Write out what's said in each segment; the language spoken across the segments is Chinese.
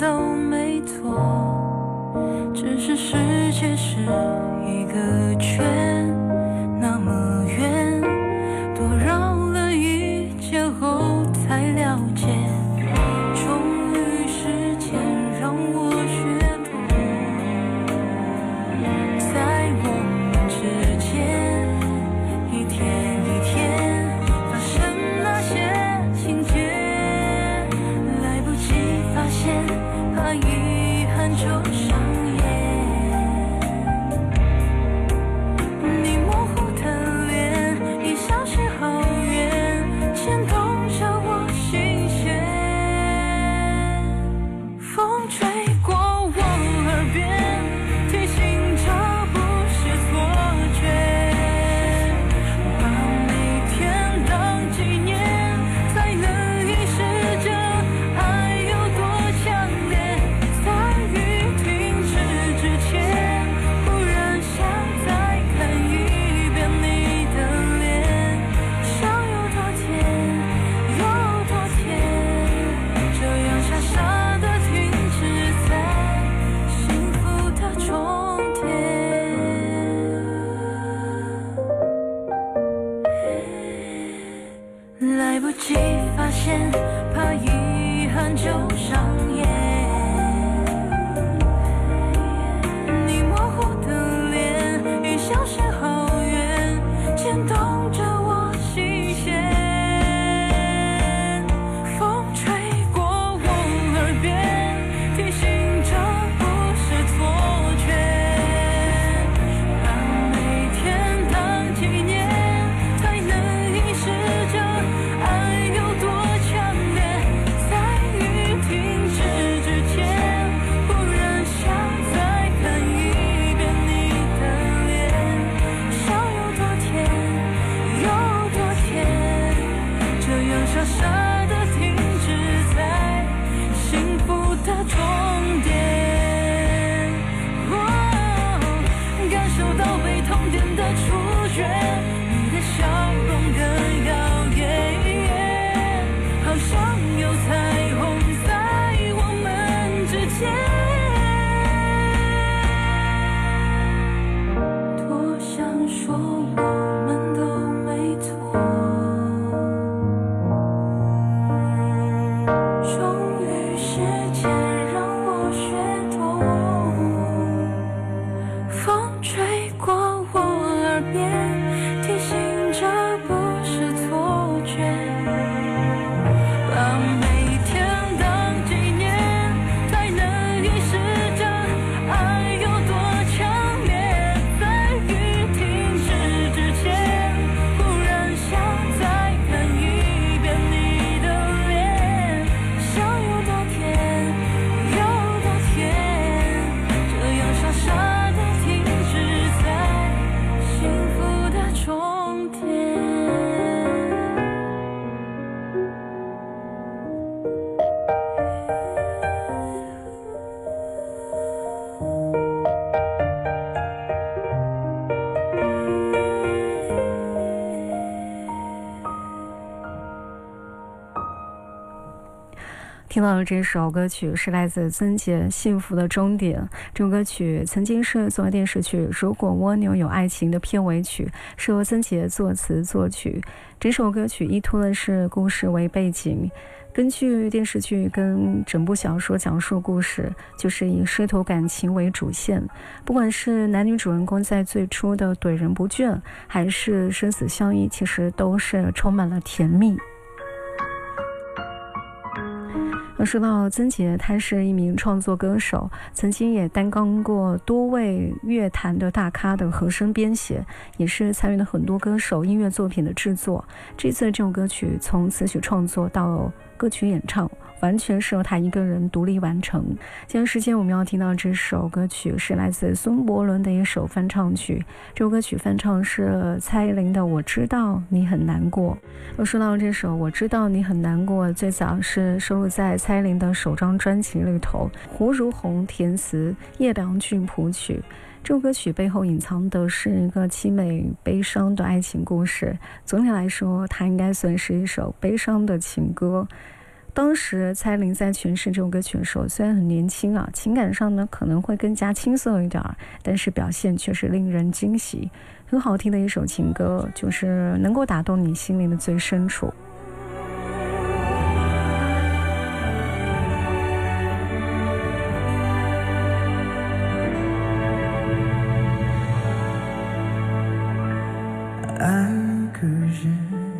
都没错，只是世界是一个圈，那么远，多绕了一圈后才了解，终于时间让我学懂，在我们之间一天一天发生那些情节，来不及发现，怕遗憾就上演。你模糊的脸已消失好远，牵动着我心弦。风吹过我耳边，提醒这不是错觉，把每天当纪念，才能意识着爱有多强烈。在雨停止之前，忽然想再看一遍你的脸，笑有多甜，有多甜，这样傻傻的停止在幸福的终点。来不及发现，怕遗憾就上演。你模糊的脸已消失好远，牵动着我心弦。风吹过我耳边，提醒这不是错觉，把每天当纪念，才能意识着爱有多强烈。在雨停止之前，忽然想再看一遍你的脸，笑有多甜，有多甜，这样傻傻的停止在幸福的终点。感受到被痛点的触觉，你的笑容更耀眼，好像有彩虹在我们之间。多想说我们都没错，终于时间让我学懂。风吹过我耳边，提醒这不是错觉，把每天当纪念，才能意识着爱有多强烈。在雨停止之前，忽然想再看一遍你的脸，笑有多甜，有多甜，这样傻傻的停止在幸福的终点。 听到的这首歌曲是来自曾洁《幸福的终点》。这首歌曲曾经是作为电视剧《如果蜗牛有爱情》的片尾曲，是由曾洁作词作曲。整首歌曲依托的是故事为背景，根据电视剧跟整部小说讲述故事，就是以师徒感情为主线。不管是男女主人公在最初的怼人不倦，还是生死相依，其实都是充满了甜蜜。说到曾洁，她是一名创作歌手，曾经也担纲过多位乐坛的大咖的和声编写，也是参与了很多歌手音乐作品的制作。这次这首歌曲从词曲创作到歌曲演唱，完全是由他一个人独立完成。今天时间我们要听到这首歌曲是来自孙伯伦的一首翻唱曲，这首歌曲翻唱是蔡依林的《我知道你很难过》。我说到这首《我知道你很难过》，最早是收录在蔡依林的首张专辑里头，胡如红填词，叶良俊谱曲。这首歌曲背后隐藏的是一个凄美悲伤的爱情故事，总体来说它应该算是一首悲伤的情歌。 当时蔡依林在诠释这首歌曲的时候，虽然很年轻啊，情感上呢可能会更加青涩一点，但是表现却是令人惊喜。很好听的一首情歌，就是能够打动你心灵的最深处。 爱个人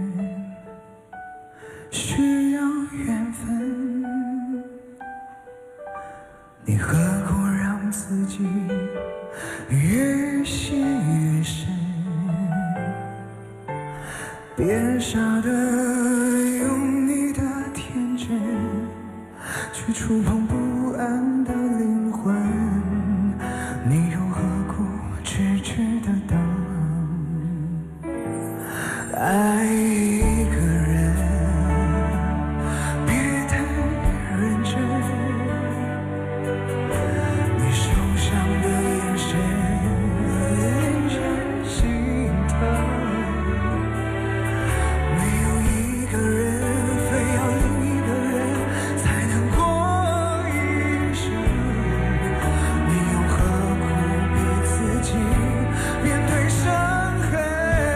需要缘分，你何苦让自己越陷越深？别傻的用你的天真去触碰不安的灵魂，你又何苦痴痴的等？爱一个人别太认真，你受伤的眼神令人心疼，没有一个人非要另一个人才能过一生，你又何苦逼自己面对伤痕？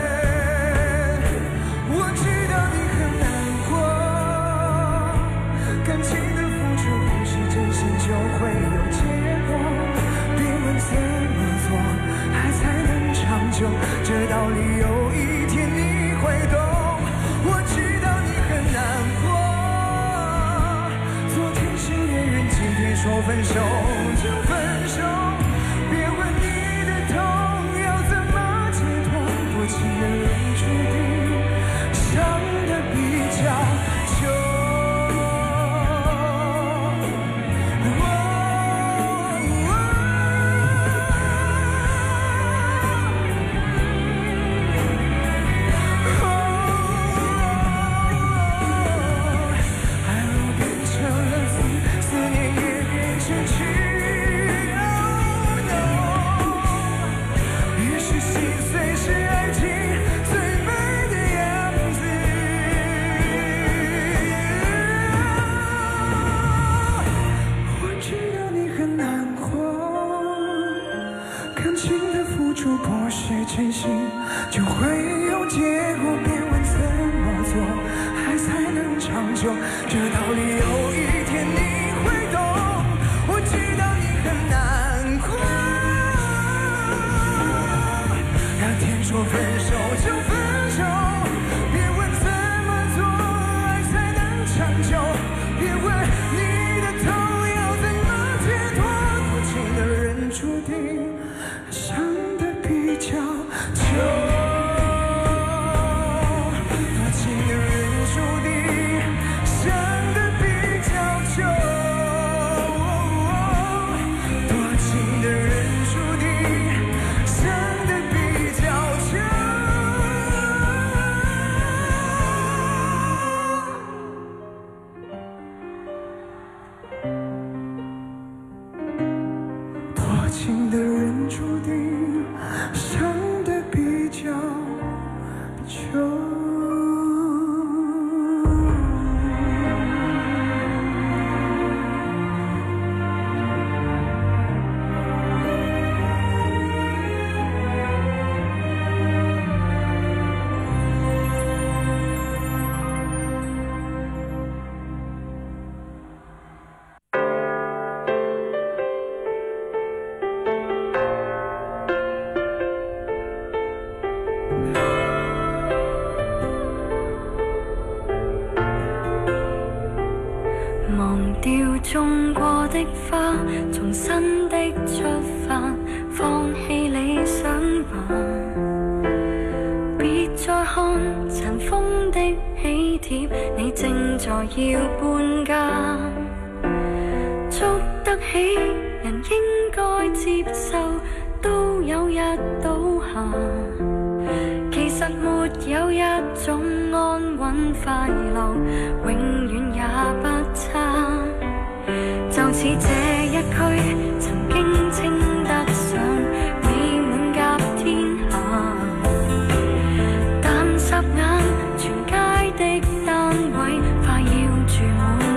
感情的付出不是真心就会有结果，别问怎么做爱才能长久，这道理有一天你会懂。我知道你很难过，昨天是恋人，今天说分手就分手，别问你的痛要怎么解脱，多情的人注定伤得比较久。不是真心就会有结果，别问怎么做爱才能长久，这道理有一天你会懂。我知道你很难过，那天说分手就分手，别问怎么做爱才能长久，别问你的痛要怎么解脱，多情的人注定伤得比较久，多情的人注定伤得比较久，多情的人注定伤得比较久。多情的人注定伤得比较久。 種過的花，從新的出發，放棄理想吧，別再看塵封的喜帖，你正在要搬家，捉得起人應該接受，都有日倒下，其實沒有一種安穩快樂永遠也不差，就似這一區曾經稱得上美滿甲天下，但霎眼全街的單位快要住滿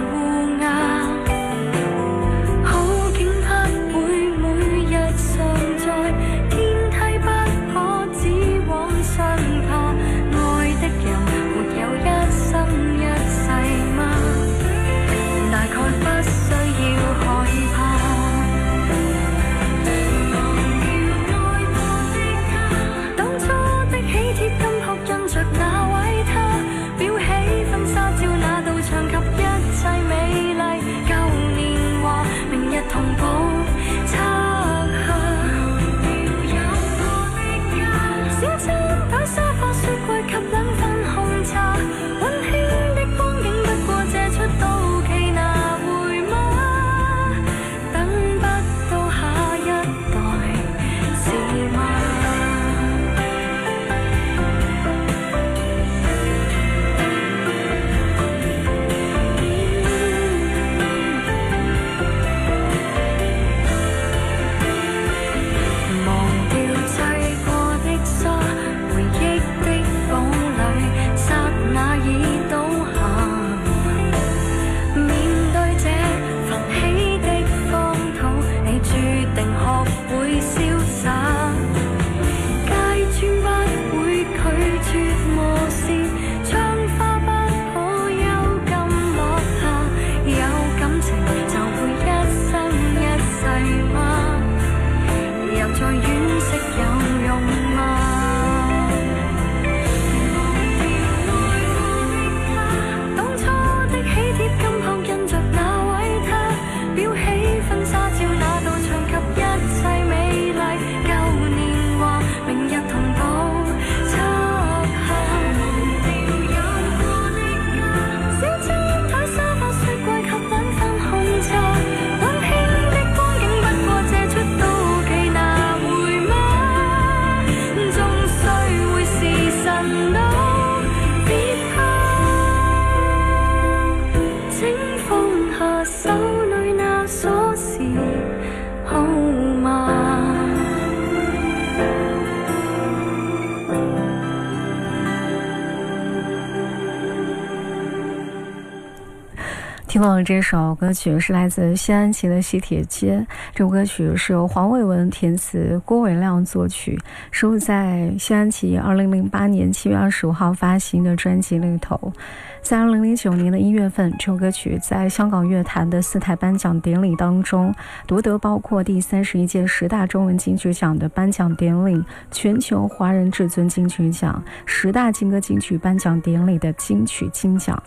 听到的这首歌曲是来自谢安琪的《西铁街》，这首歌曲是由黄伟文填词，郭伟亮作曲，收录在谢安琪2008年7月25号发行的专辑里头。在2009年的1月份，这首歌曲在香港乐坛的4台颁奖典礼当中夺得包括第31届10大中文金曲奖的颁奖典礼、全球华人至尊金曲奖、10大金歌金曲颁奖典礼的金曲金奖。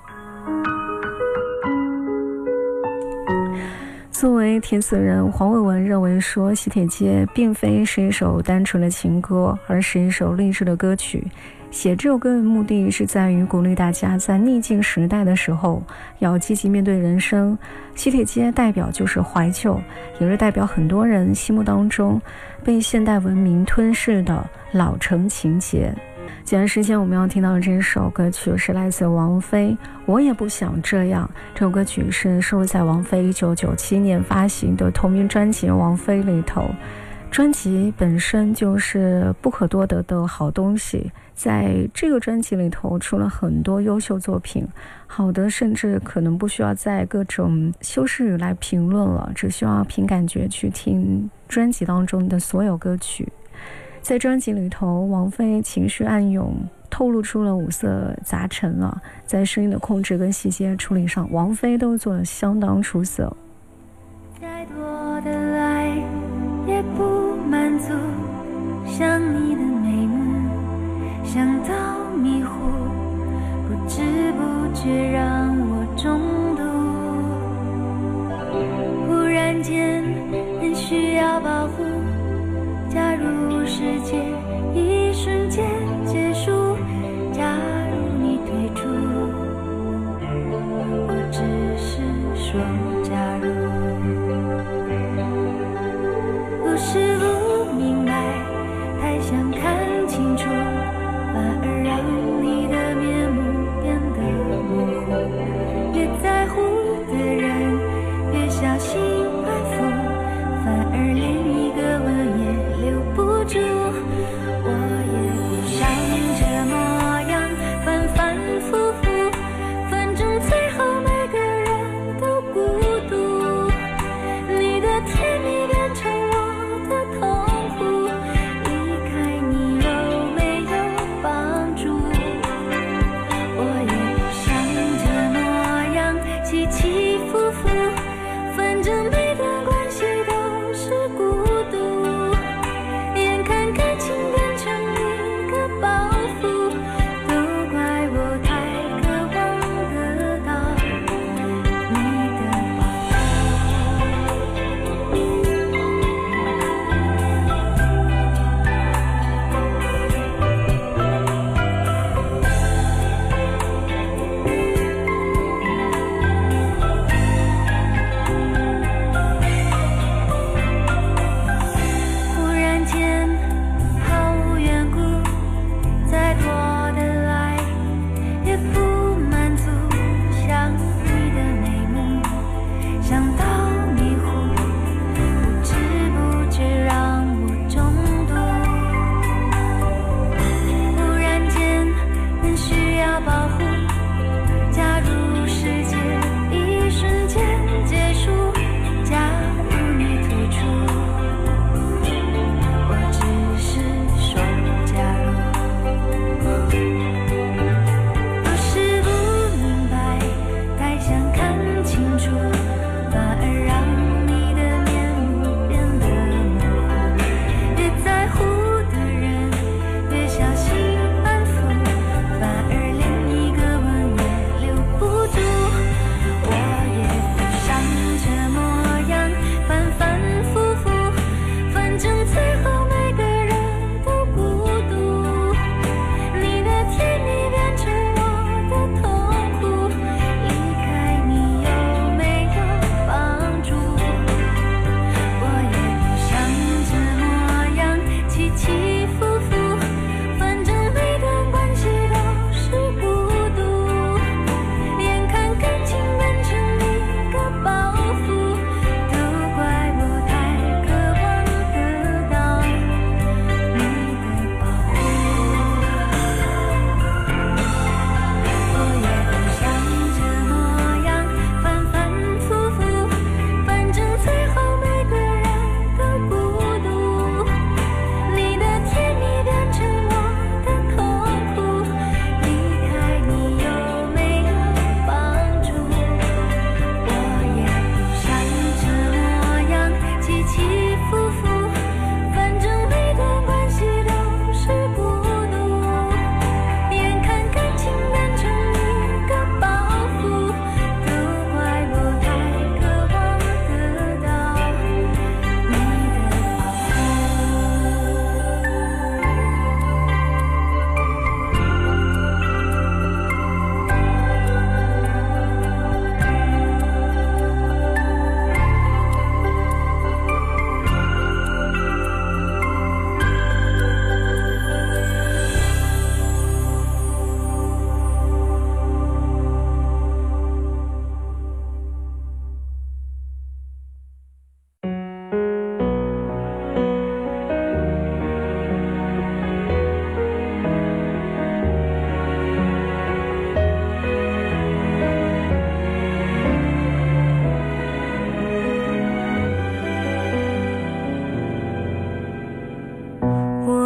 作为填词人，黄伟文认为说《西铁街》并非是一首单纯的情歌，而是一首励志的歌曲。写这首歌的目的是在于鼓励大家在逆境时代的时候要积极面对人生。西铁街代表就是怀旧，也是代表很多人心目当中被现代文明吞噬的老成情节。接下来时间我们要听到的这首歌曲是来自王菲《我也不想这样》。这首歌曲是收录在王菲1997年发行的同名专辑《王菲》里头。专辑本身就是不可多得的好东西，在这个专辑里头出了很多优秀作品，好的甚至可能不需要在各种修饰语来评论了，只需要凭感觉去听专辑当中的所有歌曲。在专辑里头，王菲情绪暗涌，透露出了五色杂陈了，在声音的控制跟细节处理上，王菲都做得相当出色。 再多的爱也不满足，想你的眉目，想到迷糊，不知不觉让我中毒，忽然间很需要保护。假如世界一瞬间结束，假如你退出，我只是说假如。不是不明白，太想看清楚，反而让你的面目变得模糊。越在乎的人，越小心安抚，反而连一个吻也留不住。我也不想这模样，反反复复，反正最后每个人都孤独。你的甜蜜变成我的痛苦，离开你柔美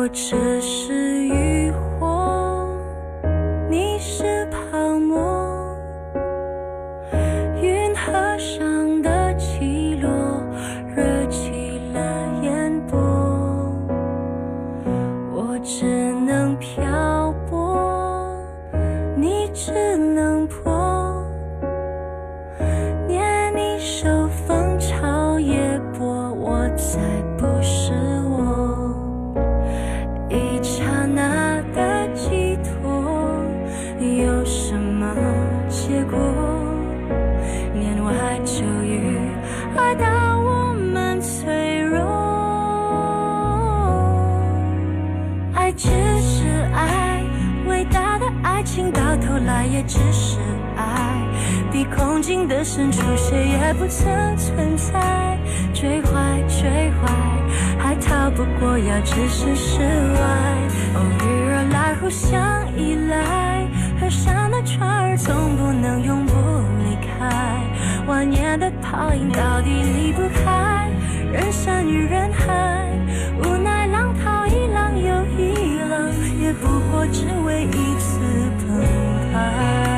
我只是渔火，你是泡沫，云河上的起落热起了烟波，我只能漂泊，你只能破，念你手风潮也波，我再不是我，一刹那的寄托有什么结果，年外秋雨爱到我们脆弱，爱只是爱，伟大的爱情到头来也只是爱，比空境的深处谁也不曾存在，追怀追怀还逃不过要置身事外，偶遇而来互相依赖，河上的船儿总不能永不离开，万年的泡影到底离不开人山与人海，无奈浪淘一浪又一浪，也不过只为一次澎湃。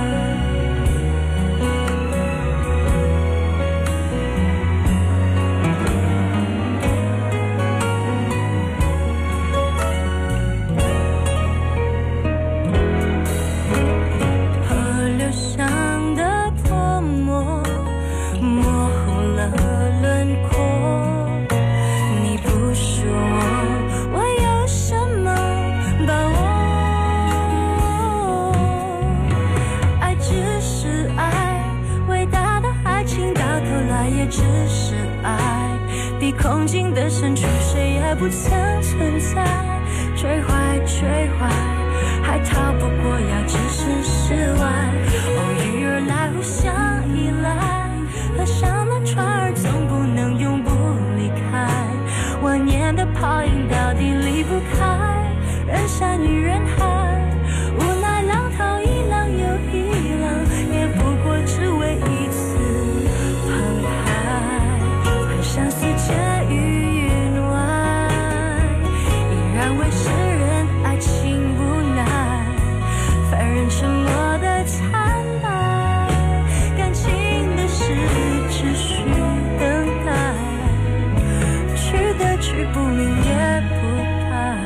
只是爱，比空境的深处谁也不曾存在，追怀追怀还逃不过要置身事外，偶遇而来互相依赖，河上的船儿总不能永不离开，万年的泡影到底离不开人山与人海，无奈浪淘一浪又一浪，也不过只为一次澎湃，相思结于云外，依然为世人爱情无奈，凡人沉默的惨白，感情的事只需等待，去的去不明也不白，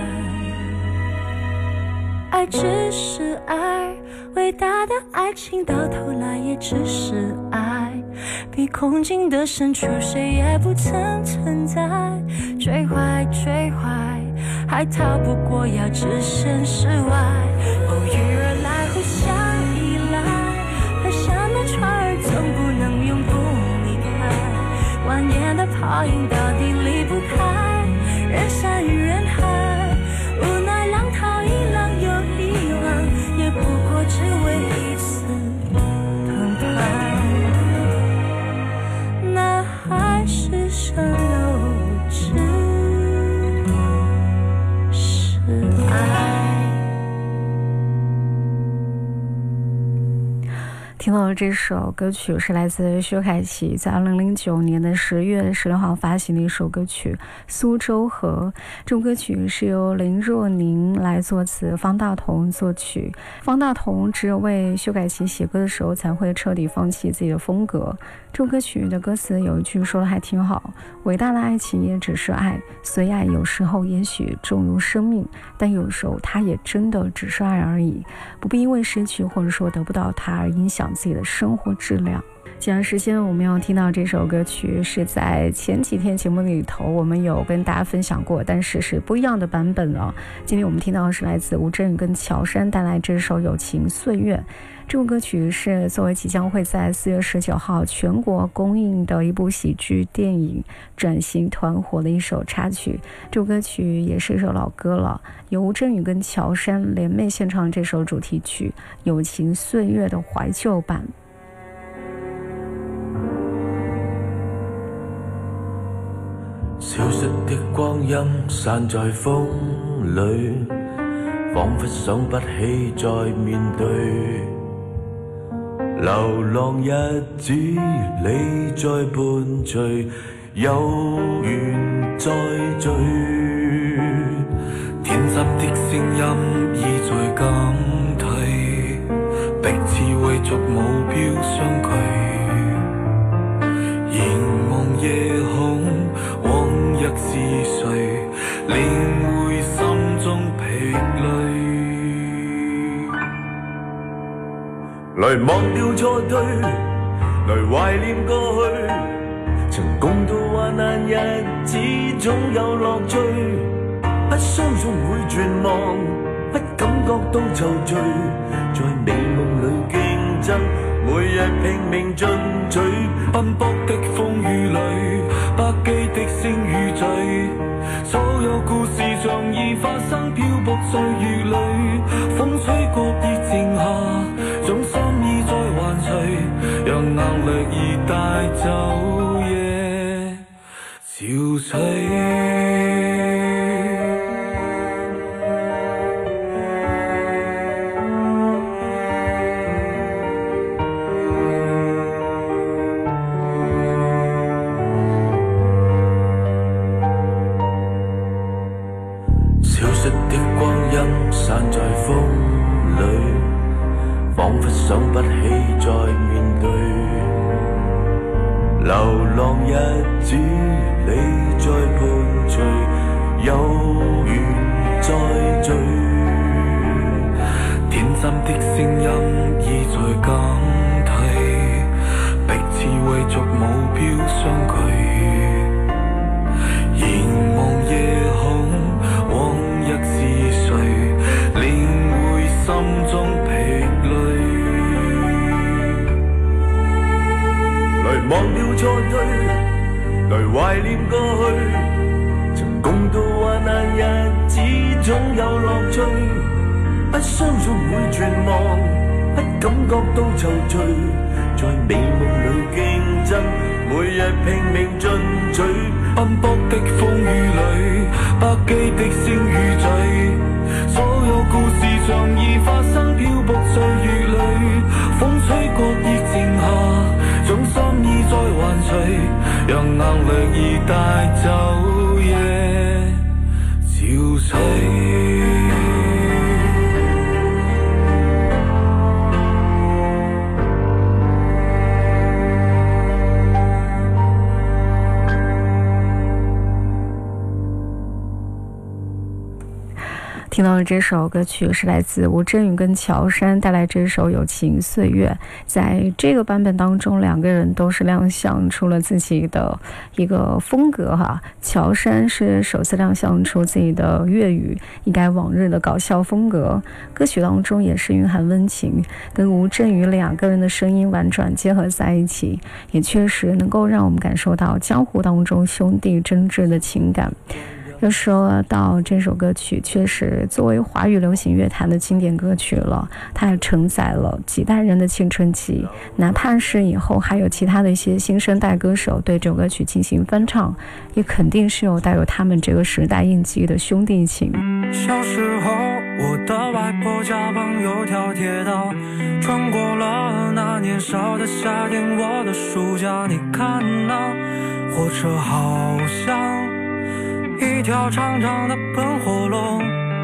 爱只是爱，伟大的爱情到头来也只是爱，比空境的深处谁也不曾存在，追怀追怀还逃不过要置身事外，偶遇而来互相依赖，河上的船儿总不能永不离开，万年的泡影到底离不开人山与人海，无奈浪淘一浪又一浪，也不过只为一次澎湃，那海市蜃楼只是爱。 听到的这首歌曲是来自薛凯琪在2009年的10月16号发行的一首歌曲《苏州河》。这首歌曲是由林若宁来作词，方大同作曲。方大同只有为薛凯琪写歌的时候才会彻底放弃自己的风格。这首歌曲的歌词有一句说的还挺好，伟大的爱情也只是爱，所以爱有时候也许重如生命，但有时候它也真的只是爱而已，不必因为失去或者说得不到它而影响自己的生活质量。既然时间我们要听到这首歌曲是在前几天节目里头我们有跟大家分享过，但是是不一样的版本了。今天我们听到的是来自吴镇宇跟乔杉带来这首《友情岁月》。这首歌曲是作为即将会在4月19号全国公映的一部喜剧电影转型团火的一首插曲。这首歌曲也是一首老歌了，由吴镇宇跟乔杉联袂献唱这首主题曲《友情岁月》的怀旧版。 消失的光阴散在风里，仿佛想不起再面对，流浪日子你在伴隨，有緣再聚， 天心的聲音已在減退，彼此為逐目標相距，凝望夜空，往日是誰領會心中疲累，來忘掉錯對，來懷念過去，曾共度患難日子總有樂趣，不相信會絕望，不感覺到愁緒，在美夢裏競爭，每日拼命進取，奔波的風雨裏，不羈的聲與醉，所有故事像已發生，漂泊歲月裏，風吹過熱情下，將心意再還誰，讓壓力已帶走夜憔悴。散在風裏，彷彿想不起再面對，流浪日子你在伴隨，有緣再聚，天心的聲音已在減退，彼此為逐目標相距，凝望夜空，往日是誰領會心中疲累，來忘掉錯對，來懷念過去，曾共度患難日子總有樂趣，不相信會絕望，不感覺到愁緒，在美夢裏競爭，每日拼命進取，奔波的風雨裏，不羈的聲與醉，所有故事像已發生，漂泊歲月裏，風吹過熱情下，將心意再還誰，讓壓力已帶走夜憔悴。 听到的这首歌曲是来自吴镇宇跟乔杉带来这首《友情岁月》。在这个版本当中，两个人都是亮相出了自己的一个风格哈。乔杉是首次亮相出自己的粤语一改往日的搞笑风格，歌曲当中也是蕴含温情，跟吴镇宇两个人的声音婉转结合在一起，也确实能够让我们感受到江湖当中兄弟真挚的情感。又说到这首歌曲确实作为华语流行乐坛的经典歌曲了，它也承载了几代人的青春期，哪怕是以后还有其他的一些新生代歌手对这首歌曲进行翻唱，也肯定是有带有他们这个时代印记的兄弟情。 小时候我的外婆家旁有条铁道，穿过了那年少的夏天，我的暑假，你看那火车好像一条长长的喷火龙，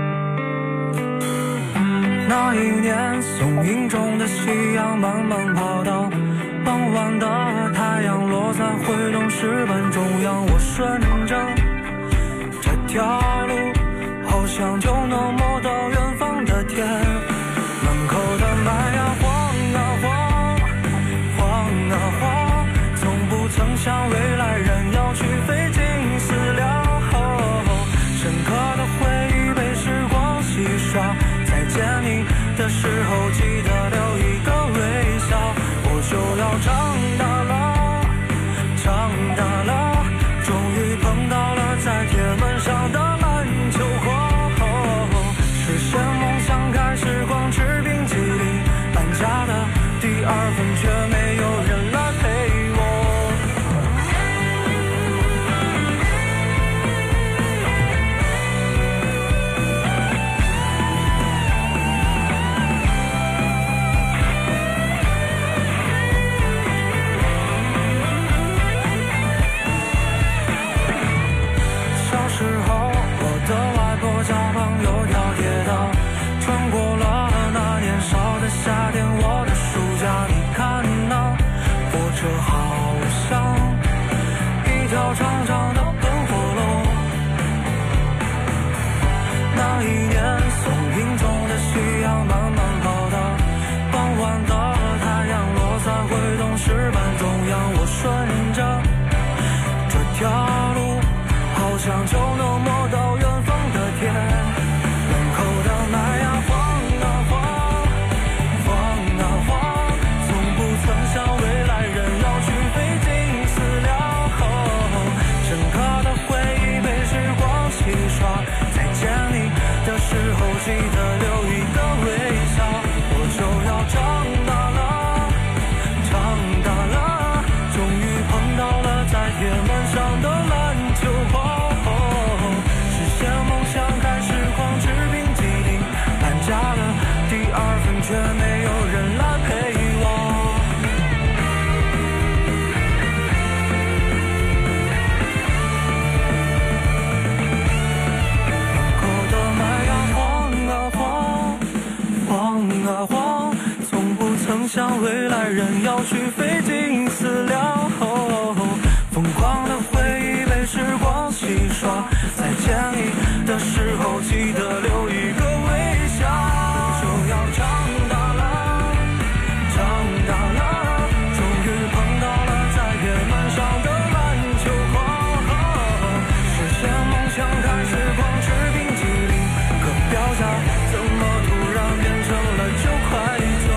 那一年松影中的夕阳慢慢跑到傍晚的太阳落在回龙石板中央，我顺着这条路好像就能摸到远方的天，门口的麦呀晃啊晃，晃啊晃，从不曾想未来人要去费尽思量，深刻的回忆被时光洗刷，再见你的时候记得留一个微笑，我就要长大了，长大了，终于碰到了在铁门上的篮球框， 都要跌倒。穿过了那年少的夏天，我的暑假，你看那火车好像一条长长的喷火龙。那一年松林中的夕阳慢慢跑到傍晚的太阳落在会动石板中央，我顺着这条路好像就能摸到远方的天。门口的麦芽晃啊晃，晃啊晃，从不曾想未来人要去北京饲料。深刻的回忆被时光洗刷，再见你的时候记得留一个微笑。我就要长大了，长大了，终于碰到了在铁门上的篮球框。实现梦想，看时光持冰激凌，搬家了第2份却没有人来陪我。从不曾想未来人要去北京饲料。疯狂的回忆被时光洗刷，再见你的时候记得留一个微笑。就要长大了，长大了，终于碰到了在铁门上的篮球框。实现梦想，看时光持冰激凌，可表价怎么突然变成了9块9。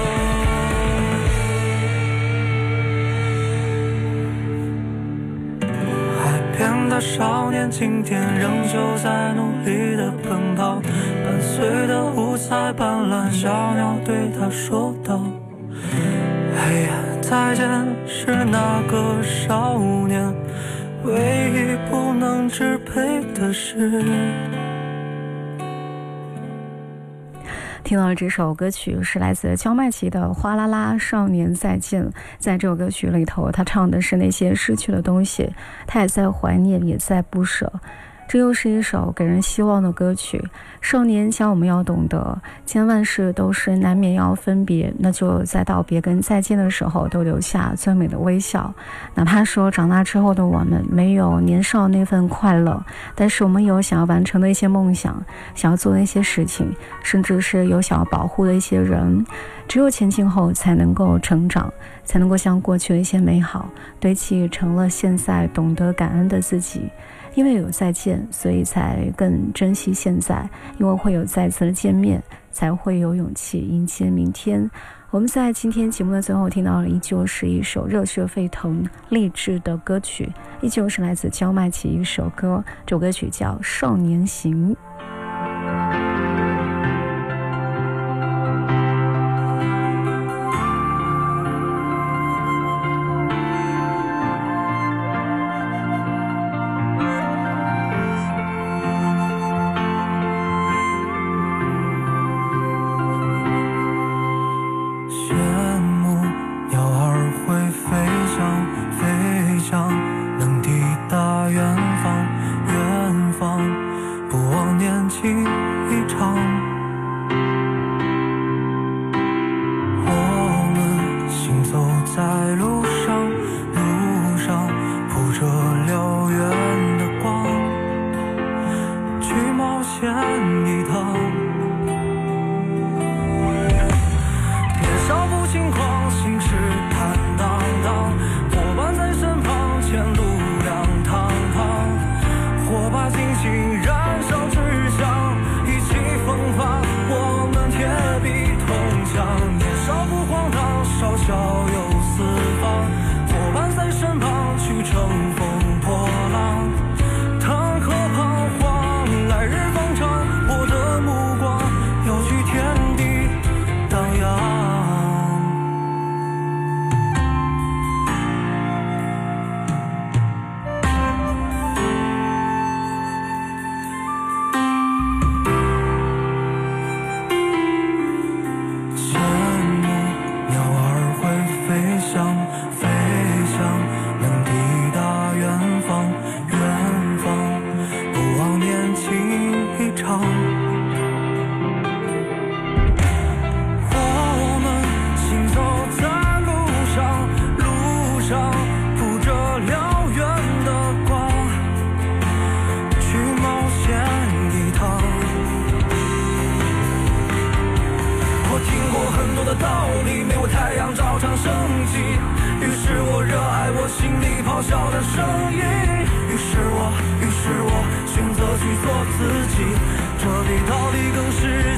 海边的少年今天仍旧在努力的奔跑，伴随的五彩斑斓小鸟对他说道：嘿呀，再见是那个少年唯一不能支配的事。 听到这首歌曲是来自焦麦琪的《哗啦啦少年再见》。在这首歌曲里头，他唱的是那些失去的东西，他也在怀念，也在不舍。这又是一首给人希望的歌曲。少年教我们要懂得，千万事都是难免要分别，那就在道别跟再见的时候都留下最美的微笑。哪怕说长大之后的我们没有年少那份快乐，但是我们有想要完成的一些梦想，想要做的一些事情，甚至是有想要保护的一些人。只有前进后才能够成长，才能够将过去的一些美好堆砌成了现在懂得感恩的自己。因为有再见，所以才更珍惜现在，因为会有再次的见面，才会有勇气迎接明天。我们在今天节目的最后听到了依旧是一首热血沸腾励志的歌曲，依旧是来自焦麦琪一首歌，这首歌曲叫《少年行》。 能抵达远方，不忘念的道理，没有太阳照常升起。于是我热爱我心里咆哮的声音，于是我选择去做自己，这比道理更是